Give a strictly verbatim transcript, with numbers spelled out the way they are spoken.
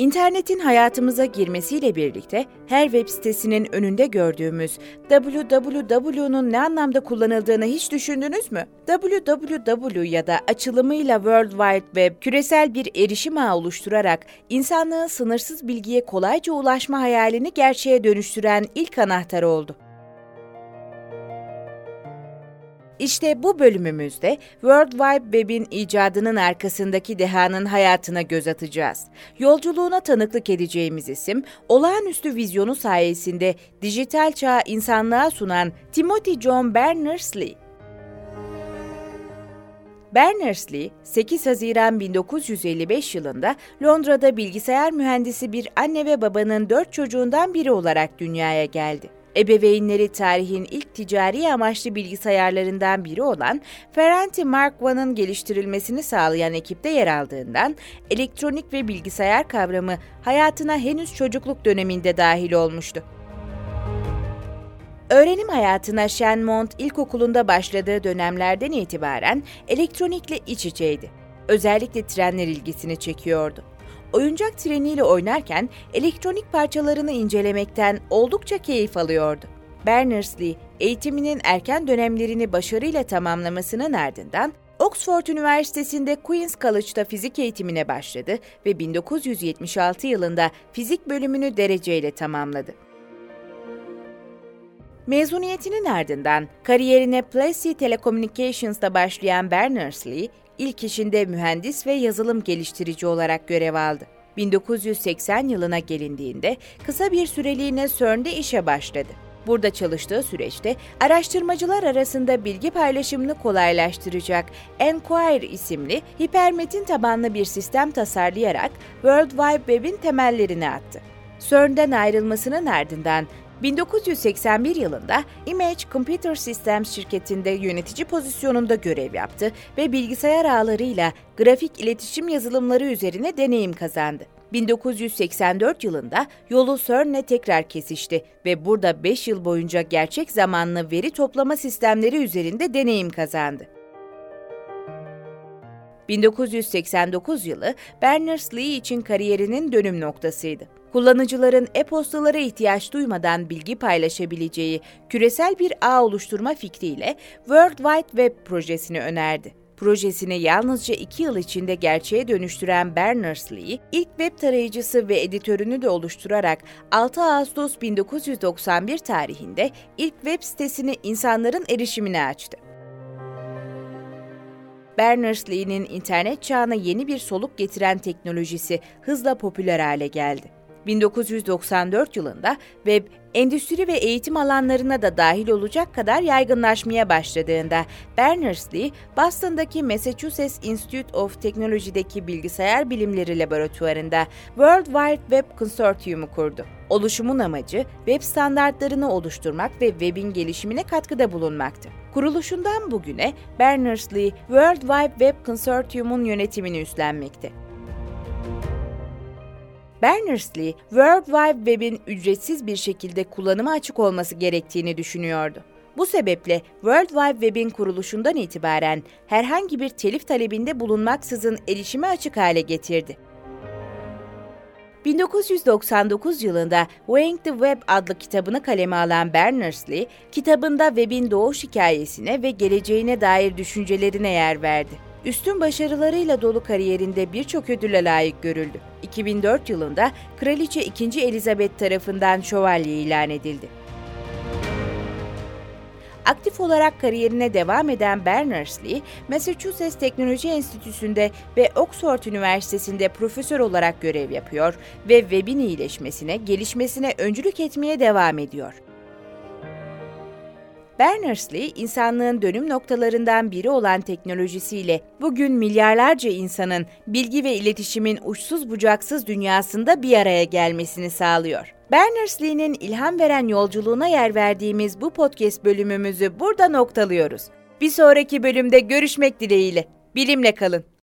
İnternetin hayatımıza girmesiyle birlikte her web sitesinin önünde gördüğümüz double-u double-u double-u'nun ne anlamda kullanıldığını hiç düşündünüz mü? double-u double-u double-u ya da açılımıyla World Wide Web, küresel bir erişim ağı oluşturarak insanlığın sınırsız bilgiye kolayca ulaşma hayalini gerçeğe dönüştüren ilk anahtar oldu. İşte bu bölümümüzde World Wide Web'in icadının arkasındaki dehanın hayatına göz atacağız. Yolculuğuna tanıklık edeceğimiz isim, olağanüstü vizyonu sayesinde dijital çağı insanlığa sunan Timothy John Berners-Lee. Berners-Lee, sekiz Haziran bin dokuz yüz elli beş yılında Londra'da bilgisayar mühendisi bir anne ve babanın dört çocuğundan biri olarak dünyaya geldi. Ebeveynleri tarihin ilk ticari amaçlı bilgisayarlarından biri olan Ferranti Mark One'ın geliştirilmesini sağlayan ekipte yer aldığından elektronik ve bilgisayar kavramı hayatına henüz çocukluk döneminde dahil olmuştu. Öğrenim hayatına Shenmont İlkokulu'nda başladığı dönemlerden itibaren elektronikle iç içeydi. Özellikle trenler ilgisini çekiyordu. Oyuncak treniyle oynarken elektronik parçalarını incelemekten oldukça keyif alıyordu. Berners-Lee, eğitiminin erken dönemlerini başarıyla tamamlamasının ardından Oxford Üniversitesi'nde Queen's College'da fizik eğitimine başladı ve bin dokuz yüz yetmiş altı yılında fizik bölümünü dereceyle tamamladı. Mezuniyetinin ardından kariyerine Plessey Telecommunications'ta başlayan Berners-Lee, İlk işinde mühendis ve yazılım geliştirici olarak görev aldı. bin dokuz yüz seksen yılına gelindiğinde kısa bir süreliğine C E R N'de işe başladı. Burada çalıştığı süreçte araştırmacılar arasında bilgi paylaşımını kolaylaştıracak Enquirer isimli hipermetin tabanlı bir sistem tasarlayarak World Wide Web'in temellerini attı. C E R N'den ayrılmasının ardından bin dokuz yüz seksen bir yılında Image Computer Systems şirketinde yönetici pozisyonunda görev yaptı ve bilgisayar ağlarıyla grafik iletişim yazılımları üzerine deneyim kazandı. bin dokuz yüz seksen dört yılında yolu C E R N'le tekrar kesişti ve burada beş yıl boyunca gerçek zamanlı veri toplama sistemleri üzerinde deneyim kazandı. bin dokuz yüz seksen dokuz yılı Berners-Lee için kariyerinin dönüm noktasıydı. Kullanıcıların e-postalara ihtiyaç duymadan bilgi paylaşabileceği küresel bir ağ oluşturma fikriyle World Wide Web projesini önerdi. Projesini yalnızca iki yıl içinde gerçeğe dönüştüren Berners-Lee, ilk web tarayıcısı ve editörünü de oluşturarak altı Ağustos bin dokuz yüz doksan bir tarihinde ilk web sitesini insanların erişimine açtı. Berners-Lee'nin internet çağına yeni bir soluk getiren teknolojisi hızla popüler hale geldi. bin dokuz yüz doksan dört yılında web, endüstri ve eğitim alanlarına da dahil olacak kadar yaygınlaşmaya başladığında Berners-Lee, Boston'daki Massachusetts Institute of Technology'deki bilgisayar bilimleri laboratuvarında World Wide Web Consortium'u kurdu. Oluşumun amacı web standartlarını oluşturmak ve webin gelişimine katkıda bulunmaktı. Kuruluşundan bugüne Berners-Lee, World Wide Web Consortium'un yönetimini üstlenmekte. Berners-Lee, World Wide Web'in ücretsiz bir şekilde kullanıma açık olması gerektiğini düşünüyordu. Bu sebeple World Wide Web'in kuruluşundan itibaren herhangi bir telif talebinde bulunmaksızın erişime açık hale getirdi. bin dokuz yüz doksan dokuz yılında Weighing the Web adlı kitabını kaleme alan Berners-Lee, kitabında web'in doğuş hikayesine ve geleceğine dair düşüncelerine yer verdi. Üstün başarılarıyla dolu kariyerinde birçok ödüle layık görüldü. iki bin dört yılında Kraliçe ikinci. Elizabeth tarafından şövalye ilan edildi. Aktif olarak kariyerine devam eden Berners-Lee, Massachusetts Teknoloji Enstitüsü'nde ve Oxford Üniversitesi'nde profesör olarak görev yapıyor ve web'in iyileşmesine, gelişmesine öncülük etmeye devam ediyor. Berners-Lee, insanlığın dönüm noktalarından biri olan teknolojisiyle bugün milyarlarca insanın bilgi ve iletişimin uçsuz bucaksız dünyasında bir araya gelmesini sağlıyor. Berners-Lee'nin ilham veren yolculuğuna yer verdiğimiz bu podcast bölümümüzü burada noktalıyoruz. Bir sonraki bölümde görüşmek dileğiyle. Bilimle kalın.